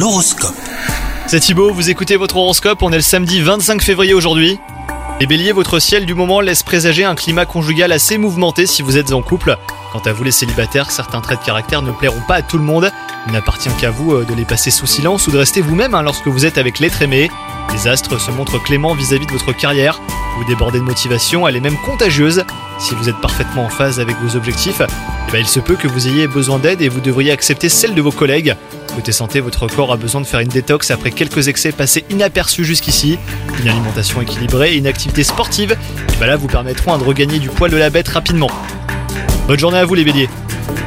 L'horoscope. C'est Thibaut, vous écoutez votre horoscope, on est le samedi 25 février aujourd'hui. Les béliers, votre ciel du moment laisse présager un climat conjugal assez mouvementé si vous êtes en couple. Quant à vous les célibataires, certains traits de caractère ne plairont pas à tout le monde. Il n'appartient qu'à vous de les passer sous silence ou de rester vous-même lorsque vous êtes avec l'être aimé. Les astres se montrent cléments vis-à-vis de votre carrière. Vous débordez de motivation, elle est même contagieuse. Si vous êtes parfaitement en phase avec vos objectifs, il se peut que vous ayez besoin d'aide et vous devriez accepter celle de vos collègues. Côté santé, votre corps a besoin de faire une détox après quelques excès passés inaperçus jusqu'ici. Une alimentation équilibrée et une activité sportive vous permettront de regagner du poil de la bête rapidement. Bonne journée à vous les béliers.